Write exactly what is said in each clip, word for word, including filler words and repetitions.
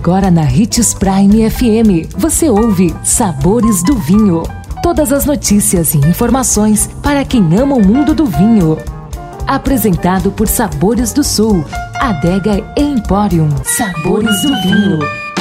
Agora na Hits Prime F M, você ouve Sabores do Vinho. Todas as notícias e informações para quem ama o mundo do vinho. Apresentado por Sabores do Sul, Adega Emporium. Sabores do Vinho.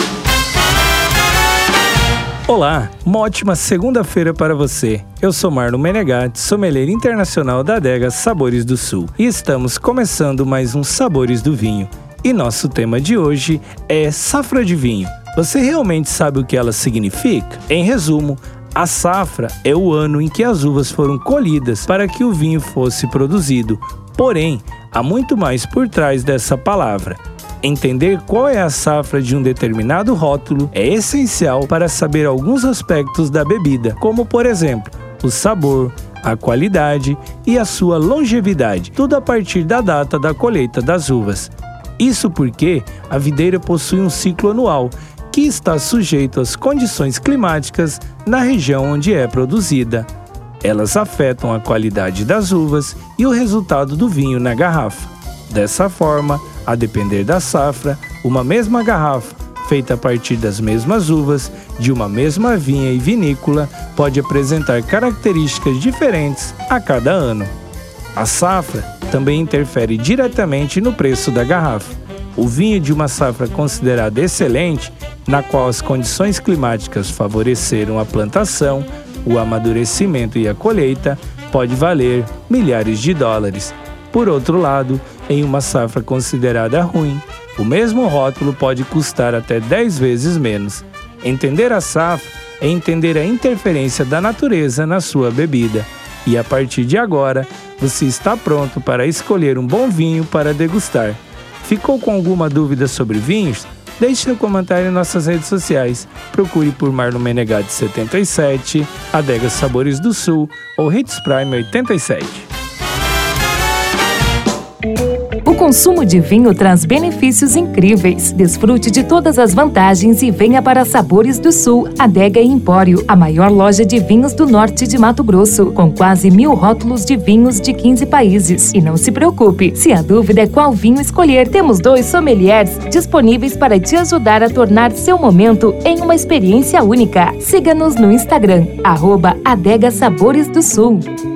Olá, uma ótima segunda-feira para você. Eu sou Marlon Menegatti, sommelier internacional da Adega Sabores do Sul. E estamos começando mais um Sabores do Vinho. E nosso tema de hoje é safra de vinho. Você realmente sabe o que ela significa? Em resumo, a safra é o ano em que as uvas foram colhidas para que o vinho fosse produzido. Porém, há muito mais por trás dessa palavra. Entender qual é a safra de um determinado rótulo é essencial para saber alguns aspectos da bebida, como por exemplo, o sabor, a qualidade e a sua longevidade, tudo a partir da data da colheita das uvas. Isso porque a videira possui um ciclo anual, que está sujeito às condições climáticas na região onde é produzida. Elas afetam a qualidade das uvas e o resultado do vinho na garrafa. Dessa forma, a depender da safra, uma mesma garrafa, feita a partir das mesmas uvas, de uma mesma vinha e vinícola, pode apresentar características diferentes a cada ano. A safra também interfere diretamente no preço da garrafa. O vinho de uma safra considerada excelente, na qual as condições climáticas favoreceram a plantação, o amadurecimento e a colheita, pode valer milhares de dólares. Por outro lado, em uma safra considerada ruim, o mesmo rótulo pode custar até dez vezes menos. Entender a safra é entender a interferência da natureza na sua bebida. E a partir de agora, você está pronto para escolher um bom vinho para degustar. Ficou com alguma dúvida sobre vinhos? Deixe no comentário em nossas redes sociais. Procure por Marlon Menegatti setenta e sete, Adega Sabores do Sul ou Hits Prime oitenta e sete. O consumo de vinho traz benefícios incríveis. Desfrute de todas as vantagens e venha para Sabores do Sul, Adega Empório, a maior loja de vinhos do norte de Mato Grosso, com quase mil rótulos de vinhos de quinze países. E não se preocupe, se a dúvida é qual vinho escolher, temos dois sommeliers disponíveis para te ajudar a tornar seu momento em uma experiência única. Siga-nos no Instagram, arroba Adega Sabores do Sul.